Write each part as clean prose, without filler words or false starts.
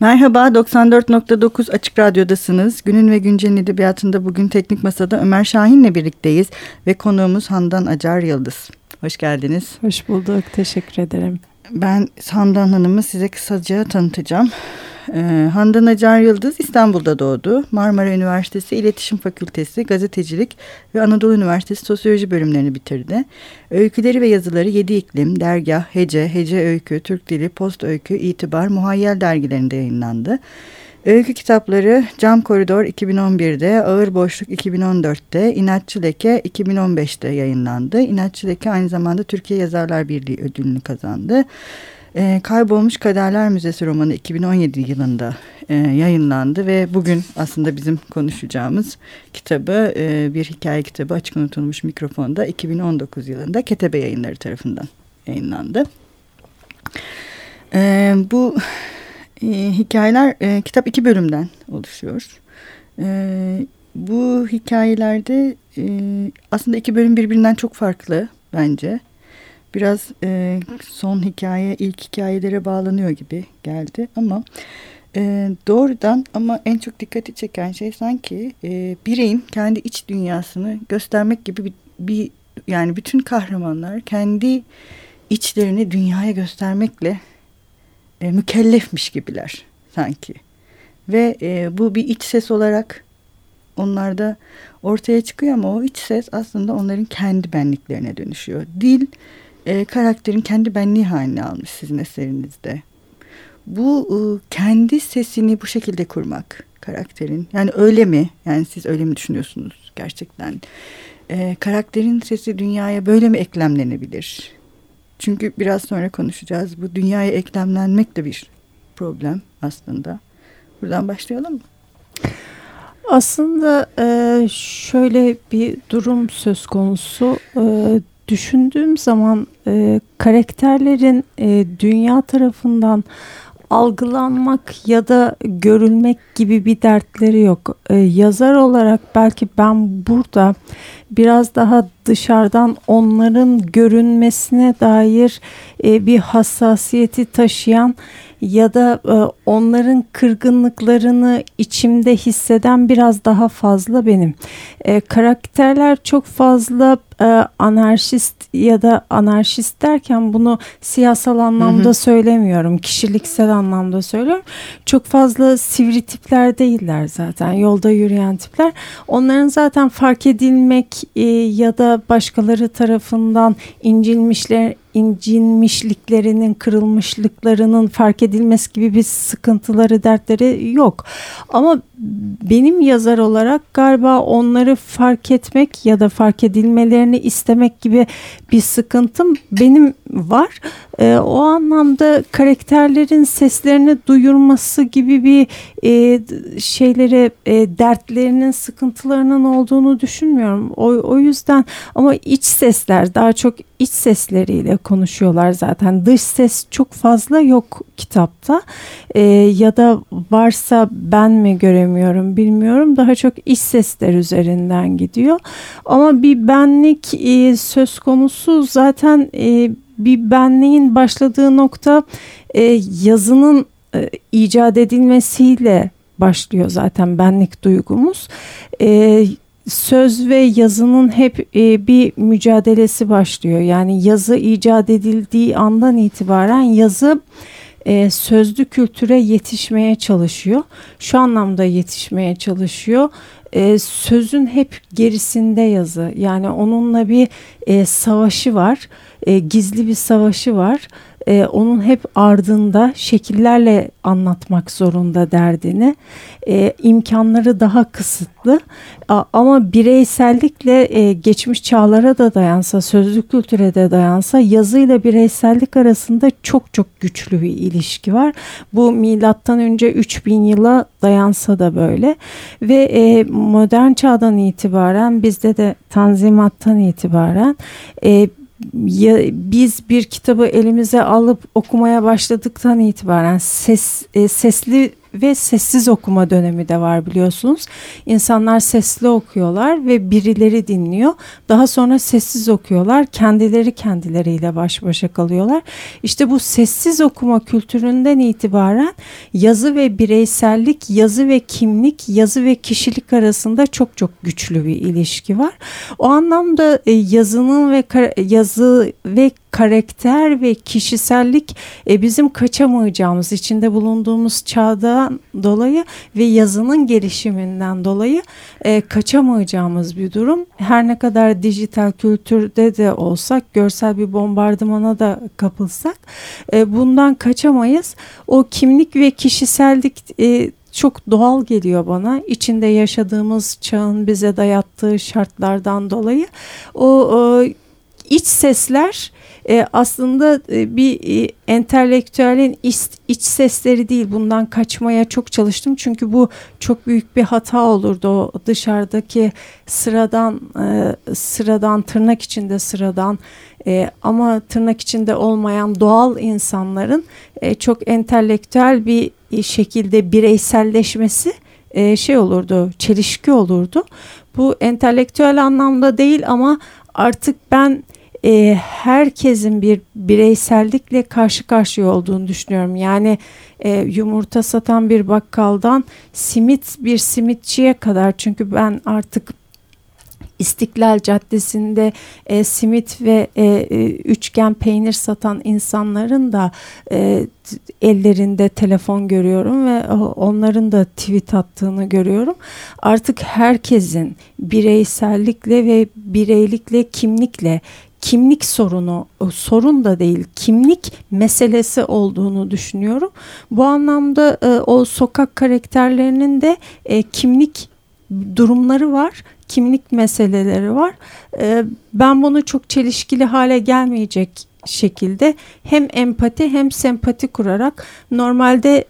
Merhaba, 94.9 Açık Radyo'dasınız. Günün ve Güncel'in edebiyatında bugün Teknik Masa'da Ömer Şahin'le birlikteyiz ve konuğumuz Handan Acar Yıldız. Hoş geldiniz. Hoş bulduk, teşekkür ederim. Ben Handan Hanım'ı size kısaca tanıtacağım. Handan Acar Yıldız İstanbul'da doğdu. Marmara Üniversitesi İletişim Fakültesi, Gazetecilik ve Anadolu Üniversitesi Sosyoloji bölümlerini bitirdi. Öyküleri ve yazıları Yedi İklim, Dergah, Hece Öykü, Türk Dili, Post Öykü, İtibar, Muhayyel dergilerinde yayınlandı. Öykü kitapları Cam Koridor 2011'de, Ağır Boşluk 2014'te, İnatçı Leke 2015'te yayınlandı. İnatçı Leke aynı zamanda Türkiye Yazarlar Birliği ödülünü kazandı. Kaybolmuş Kaderler Müzesi romanı 2017 yılında yayınlandı ve bugün aslında bizim konuşacağımız kitabı bir hikaye kitabı Açık Unutulmuş Mikrofon'da 2019 yılında Ketebe Yayınları tarafından yayınlandı. Bu hikayeler kitap 2 bölümden oluşuyor. Bu hikayelerde aslında 2 bölüm birbirinden çok farklı bence. Biraz son hikaye ilk hikayelere bağlanıyor gibi geldi ama doğrudan ama en çok dikkati çeken şey sanki bireyin kendi iç dünyasını göstermek gibi yani bütün kahramanlar kendi içlerini dünyaya göstermekle mükellefmiş gibiler sanki ve bu bir iç ses olarak onlarda ortaya çıkıyor ama o iç ses aslında onların kendi benliklerine dönüşüyor. Dil karakterin kendi benliği haline almış sizin eserinizde. Bu kendi sesini bu şekilde kurmak karakterin. Yani öyle mi? Yani siz öyle mi düşünüyorsunuz gerçekten? Karakterin sesi dünyaya böyle mi eklemlenebilir? Çünkü biraz sonra konuşacağız. Bu dünyaya eklemlenmek de bir problem aslında. Buradan başlayalım mı? Aslında şöyle bir durum söz konusu. Düşündüğüm zaman karakterlerin dünya tarafından algılanmak ya da görülmek gibi bir dertleri yok. Yazar olarak belki ben burada biraz daha dışarıdan onların görünmesine dair bir hassasiyeti taşıyan ya da onların kırgınlıklarını içimde hisseden biraz daha fazla benim. Karakterler çok fazla anarşist ya da anarşist derken bunu siyasal anlamda söylemiyorum, kişiliksel anlamda söylüyorum. Çok fazla sivri tipler değiller zaten, yolda yürüyen tipler. Onların zaten fark edilmek ya da başkaları tarafından incinmişliklerinin, kırılmışlıklarının fark edilmesi gibi bir sıkıntıları, dertleri yok. Ama benim yazar olarak galiba onları fark etmek ya da fark edilmelerini istemek gibi bir sıkıntım benim var. O anlamda karakterlerin seslerini duyurması gibi bir dertlerinin, sıkıntılarının olduğunu düşünmüyorum. O yüzden ama iç sesler, daha çok iç sesleriyle konuşuyorlar zaten. Dış ses çok fazla yok kitapta. Ya da varsa ben mi göremiyorum bilmiyorum. Daha çok iç sesler üzerinden gidiyor. Ama bir benlik söz konusu zaten. Bir benliğin başladığı nokta yazının icat edilmesiyle başlıyor zaten benlik duygumuz. Söz ve yazının hep bir mücadelesi başlıyor. Yani yazı icat edildiği andan itibaren yazı sözlü kültüre yetişmeye çalışıyor. Şu anlamda yetişmeye çalışıyor. Sözün hep gerisinde yazı. Yani onunla bir savaşı var. Gizli bir savaşı var. Onun hep ardında şekillerle anlatmak zorunda derdini. İmkanları daha kısıtlı. Ama bireysellikle geçmiş çağlara da dayansa, sözlü kültüre de dayansa yazıyla bireysellik arasında çok çok güçlü bir ilişki var. Bu milattan önce 3000 yıla dayansa da böyle. Ve modern çağdan itibaren, bizde de Tanzimat'tan itibaren biz bir kitabı elimize alıp okumaya başladıktan itibaren sesli ve sessiz okuma dönemi de var biliyorsunuz. İnsanlar sesli okuyorlar ve birileri dinliyor. Daha sonra sessiz okuyorlar. Kendileri kendileriyle baş başa kalıyorlar. İşte bu sessiz okuma kültüründen itibaren yazı ve bireysellik, yazı ve kimlik, yazı ve kişilik arasında çok çok güçlü bir ilişki var. O anlamda yazının ve yazı ve karakter ve kişisellik bizim kaçamayacağımız, içinde bulunduğumuz çağdan dolayı ve yazının gelişiminden dolayı kaçamayacağımız bir durum. Her ne kadar dijital kültürde de olsak, görsel bir bombardımana da kapılsak bundan kaçamayız. O kimlik ve kişisellik çok doğal geliyor bana. İçinde yaşadığımız çağın bize dayattığı şartlardan dolayı. O iç sesler aslında bir entelektüelin iç sesleri değil. Bundan kaçmaya çok çalıştım. Çünkü bu çok büyük bir hata olurdu. O dışarıdaki sıradan tırnak içinde sıradan ama tırnak içinde olmayan doğal insanların çok entelektüel bir şekilde bireyselleşmesi olurdu, çelişki olurdu. Bu entelektüel anlamda değil ama artık ben herkesin bir bireysellikle karşı karşıya olduğunu düşünüyorum. Yani yumurta satan bir bakkaldan bir simitçiye kadar, çünkü ben artık İstiklal Caddesi'nde simit ve üçgen peynir satan insanların da ellerinde telefon görüyorum ve onların da tweet attığını görüyorum. Artık herkesin bireysellikle ve bireylikle, kimlik sorun da değil, kimlik meselesi olduğunu düşünüyorum. Bu anlamda o sokak karakterlerinin de kimlik durumları var, kimlik meseleleri var. Ben bunu çok çelişkili hale gelmeyecek şekilde hem empati hem sempati kurarak, normalde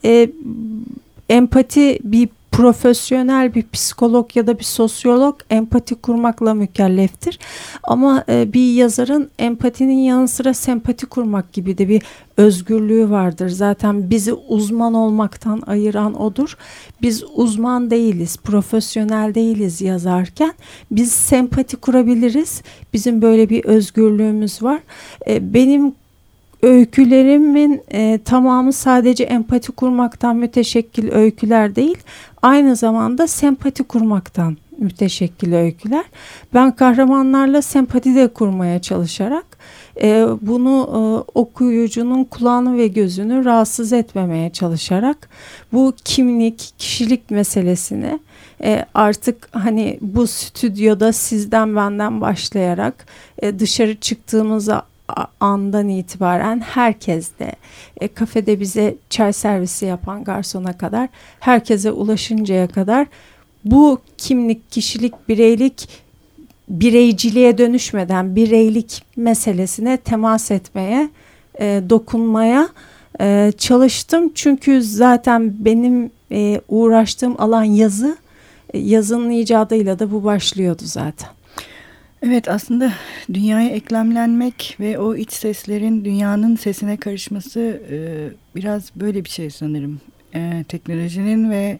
empati bir profesyonel bir psikolog ya da bir sosyolog empati kurmakla mükelleftir. Ama bir yazarın empatinin yanı sıra sempati kurmak gibi de bir özgürlüğü vardır. Zaten bizi uzman olmaktan ayıran odur. Biz uzman değiliz, profesyonel değiliz yazarken. Biz sempati kurabiliriz. Bizim böyle bir özgürlüğümüz var. Benim öykülerimin tamamı sadece empati kurmaktan müteşekkil öyküler değil, aynı zamanda sempati kurmaktan müteşekkil öyküler. Ben kahramanlarla sempati de kurmaya çalışarak bunu okuyucunun kulağını ve gözünü rahatsız etmemeye çalışarak bu kimlik, kişilik meselesini artık hani bu stüdyoda sizden benden başlayarak dışarı çıktığımızda andan itibaren herkes de kafede bize çay servisi yapan garsona kadar herkese ulaşıncaya kadar bu kimlik, kişilik, bireylik bireyciliğe dönüşmeden bireylik meselesine temas etmeye, dokunmaya çalıştım. Çünkü zaten benim uğraştığım alan yazı, yazının icadıyla da bu başlıyordu zaten. Evet, aslında dünyaya eklemlenmek ve o iç seslerin dünyanın sesine karışması biraz böyle bir şey sanırım. Teknolojinin ve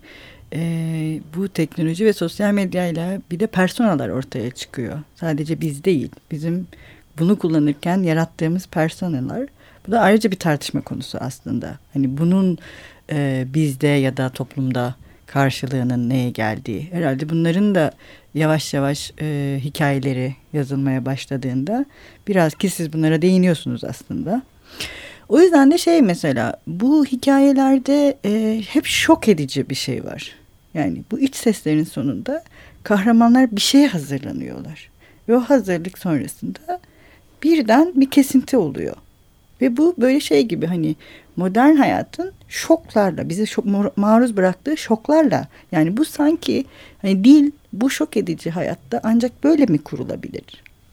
bu teknoloji ve sosyal medyayla bir de personalar ortaya çıkıyor. Sadece biz değil, bizim bunu kullanırken yarattığımız personalar. Bu da ayrıca bir tartışma konusu aslında. Hani bunun bizde ya da toplumda karşılığının neye geldiği. Herhalde bunların da yavaş yavaş hikayeleri yazılmaya başladığında biraz, ki siz bunlara değiniyorsunuz aslında. O yüzden de mesela bu hikayelerde hep şok edici bir şey var. Yani bu iç seslerin sonunda kahramanlar bir şeye hazırlanıyorlar. Ve o hazırlık sonrasında birden bir kesinti oluyor. Ve bu böyle şey gibi, hani modern hayatın şoklarla, bizi maruz bıraktığı şoklarla. Yani bu sanki hani dil bu şok edici hayatta ancak böyle mi kurulabilir?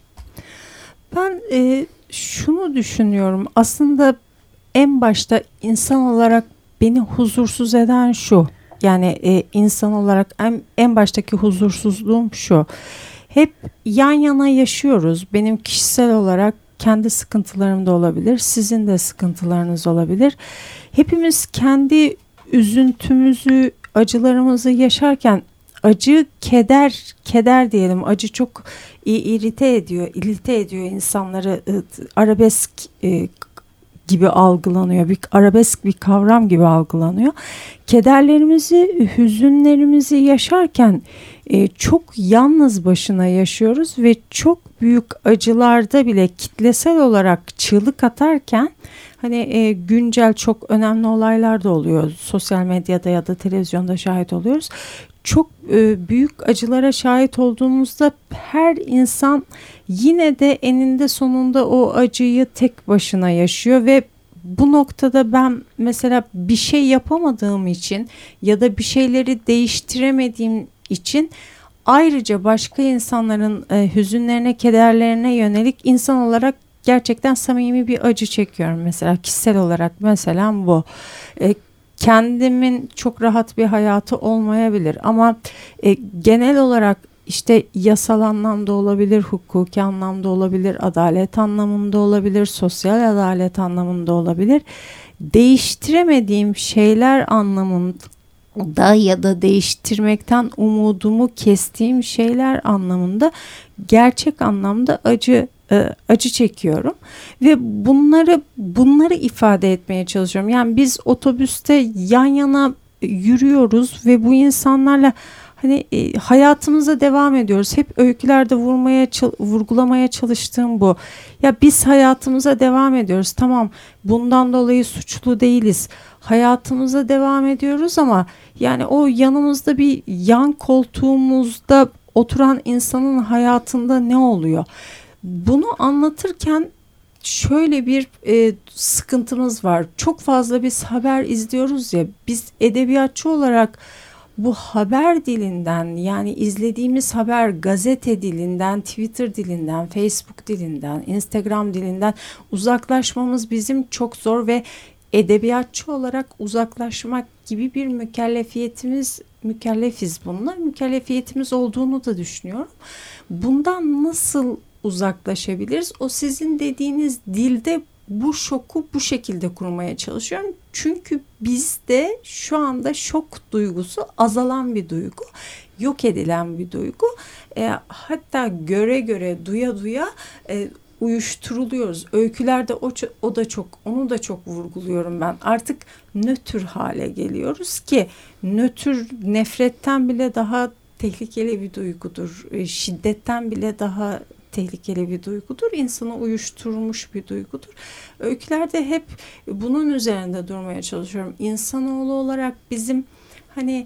Ben şunu düşünüyorum. Aslında en başta insan olarak beni huzursuz eden şu. Yani insan olarak en baştaki huzursuzluğum şu. Hep yan yana yaşıyoruz. Benim kişisel olarak kendi sıkıntılarım da olabilir. Sizin de sıkıntılarınız olabilir. Hepimiz kendi üzüntümüzü, acılarımızı yaşarken acı, keder diyelim. Acı çok irite ediyor insanları. Arabesk gibi algılanıyor. Arabesk bir kavram gibi algılanıyor. Kederlerimizi, hüzünlerimizi yaşarken çok yalnız başına yaşıyoruz ve çok büyük acılarda bile kitlesel olarak çığlık atarken hani güncel çok önemli olaylar da oluyor. Sosyal medyada ya da televizyonda şahit oluyoruz. Çok büyük acılara şahit olduğumuzda her insan yine de eninde sonunda o acıyı tek başına yaşıyor ve bu noktada ben mesela bir şey yapamadığım için ya da bir şeyleri değiştiremediğim için ayrıca başka insanların hüzünlerine, kederlerine yönelik insan olarak gerçekten samimi bir acı çekiyorum mesela kişisel olarak. Mesela bu. Kendimin çok rahat bir hayatı olmayabilir ama genel olarak işte yasal anlamda olabilir, hukuki anlamda olabilir, adalet anlamında olabilir, sosyal adalet anlamında olabilir. Değiştiremediğim şeyler anlamında ya da değiştirmekten umudumu kestiğim şeyler anlamında gerçek anlamda acı çekiyorum ve bunları ifade etmeye çalışıyorum. Yani biz otobüste yan yana yürüyoruz ve bu insanlarla hani hayatımıza devam ediyoruz. Hep öykülerde vurgulamaya çalıştığım bu. Ya biz hayatımıza devam ediyoruz. Tamam, bundan dolayı suçlu değiliz. Hayatımıza devam ediyoruz ama yani o yanımızda bir yan koltuğumuzda oturan insanın hayatında ne oluyor? Bunu anlatırken şöyle bir sıkıntımız var. Çok fazla biz haber izliyoruz ya. Biz edebiyatçı olarak bu haber dilinden, yani izlediğimiz haber gazete dilinden, Twitter dilinden, Facebook dilinden, Instagram dilinden uzaklaşmamız bizim çok zor ve edebiyatçı olarak uzaklaşmak gibi bir mükellefiz bununla. Mükellefiyetimiz olduğunu da düşünüyorum. Bundan nasıl uzaklaşabiliriz? O sizin dediğiniz dilde bu şoku bu şekilde kurmaya çalışıyorum. Çünkü bizde şu anda şok duygusu azalan bir duygu, yok edilen bir duygu. Hatta göre duya uyuşturuluyoruz. Öykülerde onu da çok vurguluyorum ben. Artık nötr hale geliyoruz ki nötr nefretten bile daha tehlikeli bir duygudur. Şiddetten bile daha tehlikeli bir duygudur. İnsanı uyuşturmuş bir duygudur. Öykülerde hep bunun üzerinde durmaya çalışıyorum. İnsanoğlu olarak bizim hani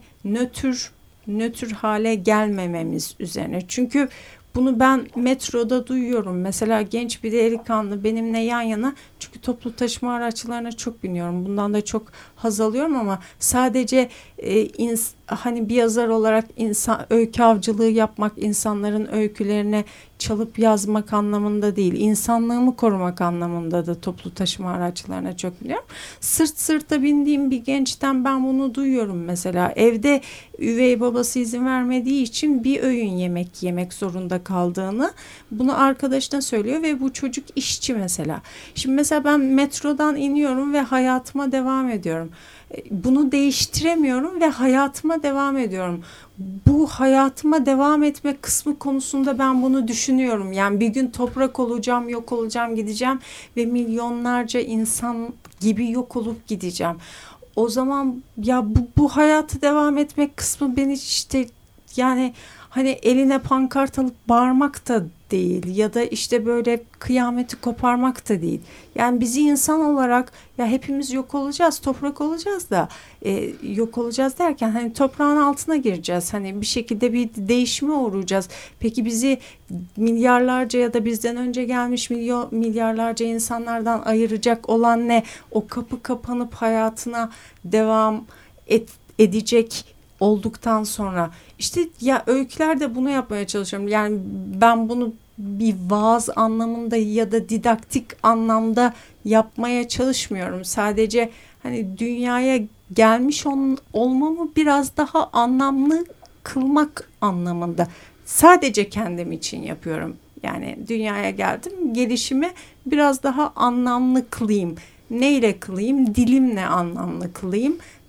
nötr hale gelmememiz üzerine. Çünkü bunu ben metroda duyuyorum. Mesela genç bir delikanlı benimle yan yana, çünkü toplu taşıma araçlarına çok biniyorum. Bundan da çok haz alıyorum ama sadece hani bir yazar olarak öykü avcılığı yapmak, insanların öykülerine çalıp yazmak anlamında değil, insanlığımı korumak anlamında da toplu taşıma araçlarına çok biniyorum. Sırt sırta bindiğim bir gençten ben bunu duyuyorum mesela. Evde üvey babası izin vermediği için bir öğün yemek zorunda kaldığını, bunu arkadaşına söylüyor ve bu çocuk işçi mesela. Şimdi mesela ben metrodan iniyorum ve hayatıma devam ediyorum. Bunu değiştiremiyorum ve hayatıma devam ediyorum. Bu hayatıma devam etme kısmı konusunda ben bunu düşünüyorum. Yani bir gün toprak olacağım, yok olacağım, gideceğim ve milyonlarca insan gibi yok olup gideceğim. O zaman ya bu hayatı devam etmek kısmı beni işte, yani hani eline pankart alıp bağırmak da değil ya da işte böyle kıyameti koparmak da değil. Yani bizi insan olarak, ya hepimiz yok olacağız, toprak olacağız da yok olacağız derken hani toprağın altına gireceğiz. Hani bir şekilde bir değişime uğrayacağız. Peki bizi milyarlarca ya da bizden önce gelmiş milyarlarca insanlardan ayıracak olan ne? O kapı kapanıp hayatına devam edecek olduktan sonra. İşte ya öykülerde bunu yapmaya çalışıyorum. Yani ben bunu bir vaaz anlamında ya da didaktik anlamda yapmaya çalışmıyorum. Sadece hani dünyaya gelmiş olmamı biraz daha anlamlı kılmak anlamında. Sadece kendim için yapıyorum. Yani dünyaya geldim, gelişimi biraz daha anlamlı kılayım. Neyle kılayım? Dilimle anlamlı kılayım.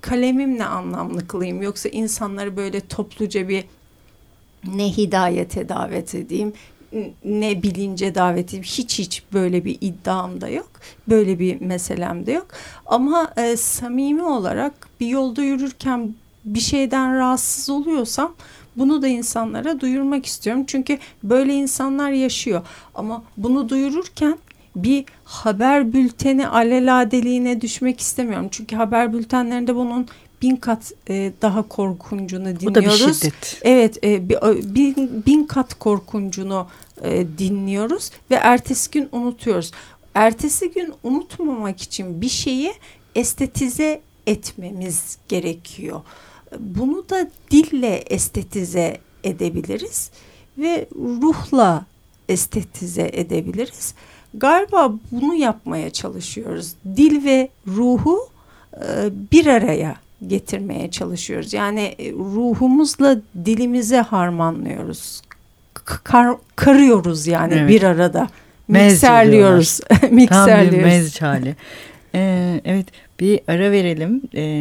kalemimle anlamlı kılayım, yoksa insanları böyle topluca bir ne hidayete davet edeyim, ne bilince davet edeyim, hiç böyle bir iddiam da yok, böyle bir meselem de yok. Ama samimi olarak bir yolda yürürken bir şeyden rahatsız oluyorsam bunu da insanlara duyurmak istiyorum. Çünkü böyle insanlar yaşıyor. Ama bunu duyururken bir haber bülteni alelade düşmek istemiyorum. Çünkü haber bültenlerinde bunun 1000 kat daha korkuncunu dinliyoruz. Bu da bir şiddet. Evet, 1000 kat korkuncunu dinliyoruz ve ertesi gün unutuyoruz. Ertesi gün unutmamak için bir şeyi estetize etmemiz gerekiyor. Bunu da dille estetize edebiliriz ve ruhla estetize edebiliriz. Galiba bunu yapmaya çalışıyoruz. Dil ve ruhu bir araya getirmeye çalışıyoruz. Yani ruhumuzla dilimizi harmanlıyoruz. Karıyoruz yani, evet. Bir arada. Mikserliyoruz. Tam bir mezç hali. Evet, bir ara verelim.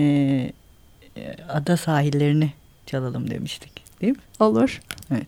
Ada sahillerini çalalım demiştik, değil mi? Olur. Evet.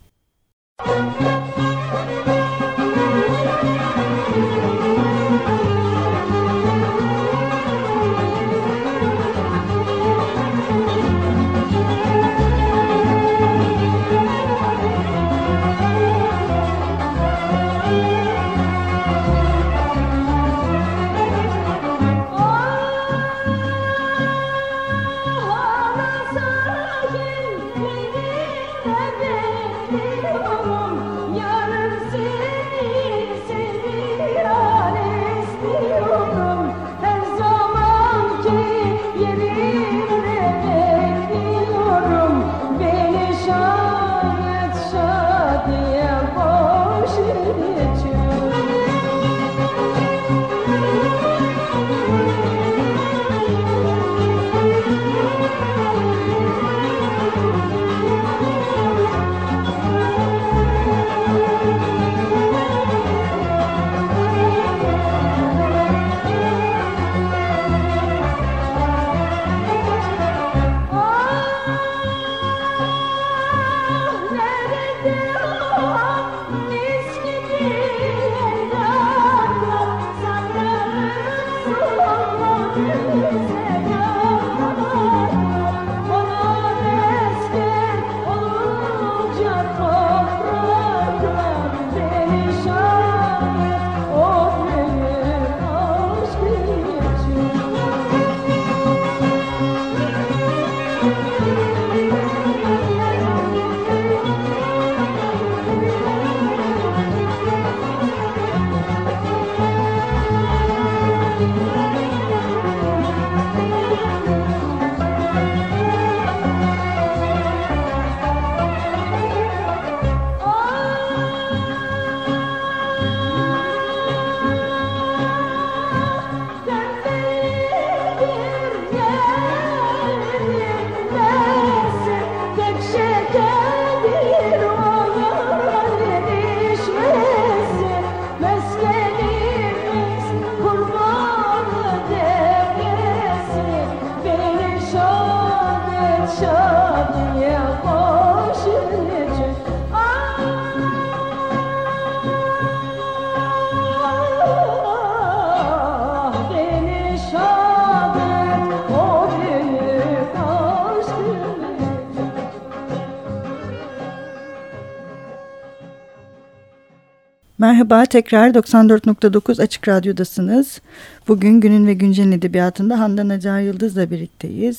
Merhaba, tekrar 94.9 Açık Radyo'dasınız. Bugün Günün ve Güncel'in edebiyatında Handan Acar Yıldız'la birlikteyiz.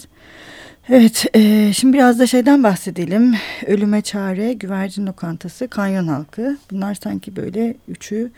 Evet, şimdi biraz da şeyden bahsedelim. Ölüme Çare, Güvercin Lokantası, Kanyon Halkı. Bunlar sanki böyle üçü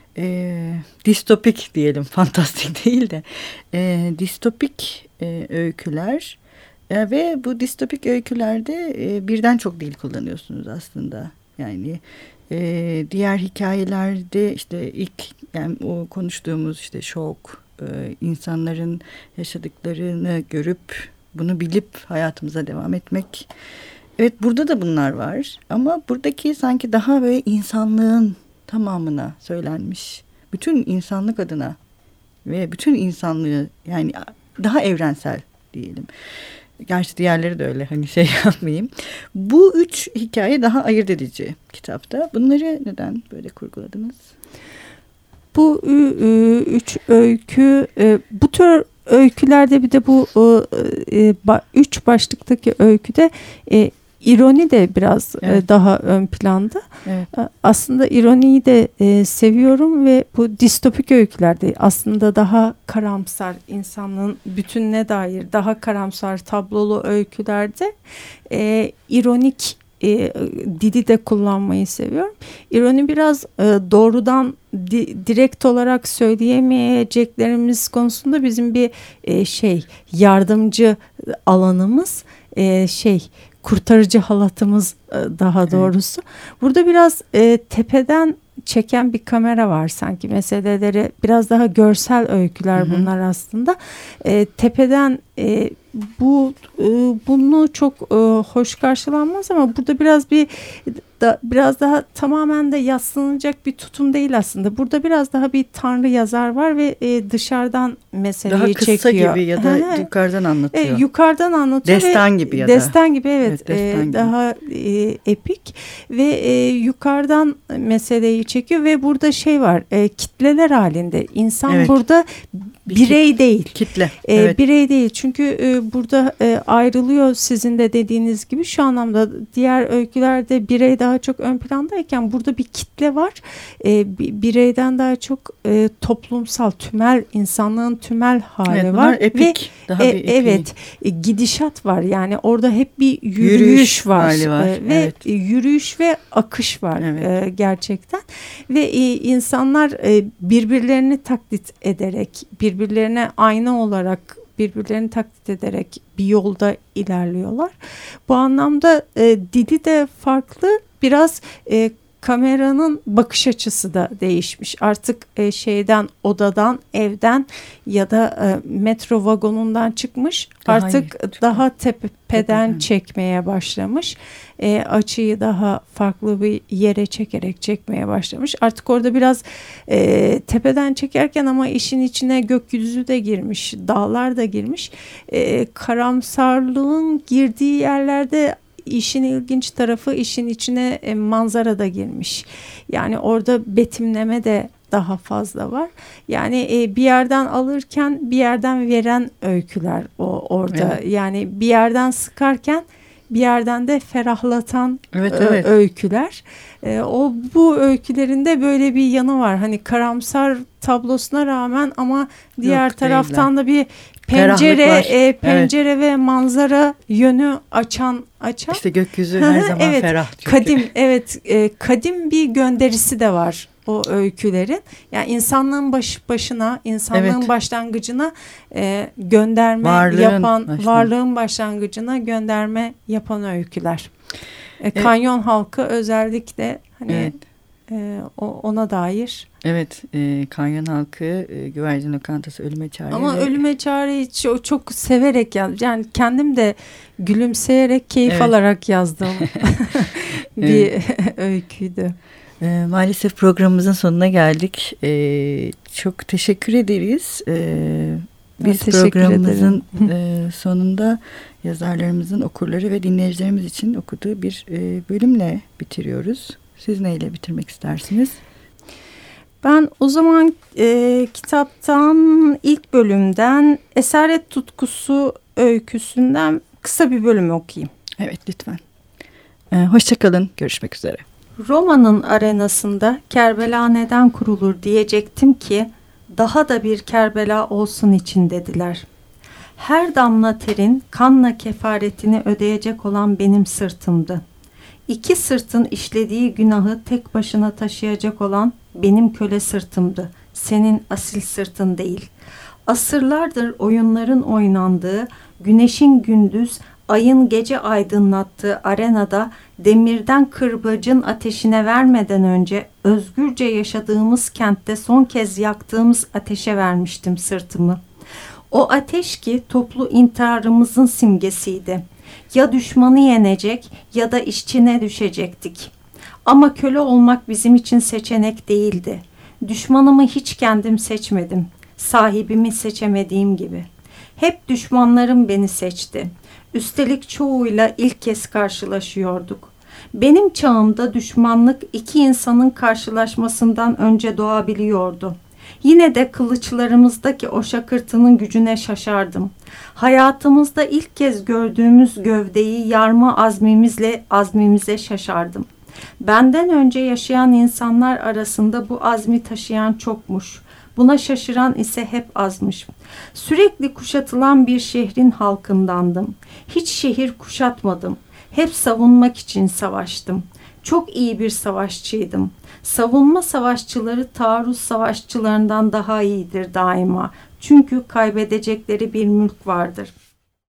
distopik diyelim, fantastik değil de distopik öyküler. Ve bu distopik öykülerde birden çok dil kullanıyorsunuz aslında. Yani diğer hikayelerde işte ilk, yani o konuştuğumuz işte şok, insanların yaşadıklarını görüp bunu bilip hayatımıza devam etmek. Evet, burada da bunlar var ama buradaki sanki daha böyle insanlığın tamamına söylenmiş, bütün insanlık adına ve bütün insanlığı, yani daha evrensel diyelim. Gerçi diğerleri de öyle, hani şey yapmayayım. Bu 3 hikaye daha ayırt edici kitapta. Bunları neden böyle kurguladınız? Bu 3 öykü, bu tür öykülerde bir de bu 3 başlıktaki öyküde ironi de biraz daha ön planda. Evet. Aslında ironiyi de seviyorum ve bu distopik öykülerde aslında daha karamsar, insanlığın bütününe dair daha karamsar tablolu öykülerde ironik dili de kullanmayı seviyorum. İroni biraz doğrudan direkt olarak söyleyemeyeceklerimiz konusunda bizim bir yardımcı alanımız, kurtarıcı halatımız daha doğrusu. Burada biraz tepeden çeken bir kamera var sanki, meseleleri biraz daha görsel öyküler bunlar aslında. Tepeden bunu çok hoş karşılanmaz ama burada biraz daha tamamen de yaslanacak bir tutum değil aslında. Burada biraz daha bir tanrı yazar var ve dışarıdan meseleyi daha çekiyor. Daha kısa gibi ya da yukarıdan anlatıyor. Yukarıdan anlatıyor. Destan gibi ya da. Destan gibi, evet. Destan daha epik ve yukarıdan meseleyi çekiyor ve burada var, kitleler halinde. İnsan burada birey değil. Kitle. Birey değil. Çünkü burada ayrılıyor, sizin de dediğiniz gibi. Şu anlamda diğer öykülerde birey daha çok ön plandayken burada bir kitle var. Bireyden daha çok toplumsal, tümel, insanlığın tümel hali var. Epik. Daha bir epik. Evet. Gidişat var. Yani orada hep bir yürüyüş var. Ve yürüyüş ve akış var gerçekten. Ve insanlar birbirlerini taklit ederek, birbirlerine ayna olarak birbirlerini taklit ederek bir yolda ilerliyorlar. Bu anlamda dili de farklı. Biraz kameranın bakış açısı da değişmiş. Artık odadan, evden ya da metro vagonundan çıkmış. Daha tepeden çekmeye başlamış. Açıyı daha farklı bir yere çekerek çekmeye başlamış. Artık orada biraz tepeden çekerken ama işin içine gökyüzü de girmiş, dağlar da girmiş. Karamsarlığın girdiği yerlerde işin ilginç tarafı, işin içine manzara da girmiş. Yani orada betimleme de daha fazla var. Yani bir yerden alırken bir yerden veren öyküler orada. Evet. Yani bir yerden sıkarken bir yerden de ferahlatan öyküler. Bu öykülerinde böyle bir yanı var. Hani karamsar tablosuna rağmen ama diğer taraftan da bir pencere ve manzara yönü açan. İşte gökyüzü her zaman ferah. Çünkü. Kadim bir gönderisi de var o öykülerin. Yani insanlığın başına, insanlığın başlangıcına gönderme varlığın başlangıcına gönderme yapan öyküler. Kanyon halkı özellikle ona dair. Evet, Kanyon halkı, güvercin lokantası, ölüme çare. Ama ölüme çareyi çok severek yani kendim de gülümseyerek, keyif alarak yazdığım bir öyküydü. Maalesef programımızın sonuna geldik. Çok teşekkür ederiz. Biz programımızın sonunda yazarlarımızın okurları ve dinleyicilerimiz için okuduğu bir bölümle bitiriyoruz. Siz neyle bitirmek istersiniz? Ben o zaman kitaptan, ilk bölümden Esaret Tutkusu öyküsünden kısa bir bölüm okuyayım. Evet, lütfen. Hoşça kalın. Görüşmek üzere. Roma'nın arenasında Kerbela neden kurulur diyecektim ki daha da bir Kerbela olsun için dediler. Her damla terin kanla kefaretini ödeyecek olan benim sırtımdı. 2 sırtın işlediği günahı tek başına taşıyacak olan benim köle sırtımdı. Senin asil sırtın değil. Asırlardır oyunların oynandığı, güneşin gündüz, ayın gece aydınlattığı arenada demirden kırbacın ateşine vermeden önce özgürce yaşadığımız kentte son kez yaktığımız ateşe vermiştim sırtımı. O ateş ki toplu intiharımızın simgesiydi. Ya düşmanı yenecek ya da işçine düşecektik. Ama köle olmak bizim için seçenek değildi. Düşmanımı hiç kendim seçmedim. Sahibimi seçemediğim gibi. Hep düşmanlarım beni seçti. Üstelik çoğuyla ilk kez karşılaşıyorduk. Benim çağımda düşmanlık iki insanın karşılaşmasından önce doğabiliyordu. Yine de kılıçlarımızdaki o şakırtının gücüne şaşardım. Hayatımızda ilk kez gördüğümüz gövdeyi yarma azmimize şaşardım. Benden önce yaşayan insanlar arasında bu azmi taşıyan çokmuş. Buna şaşıran ise hep azmış. Sürekli kuşatılan bir şehrin halkındandım. Hiç şehir kuşatmadım. Hep savunmak için savaştım. Çok iyi bir savaşçıydım. Savunma savaşçıları taarruz savaşçılarından daha iyidir daima. Çünkü kaybedecekleri bir mülk vardır.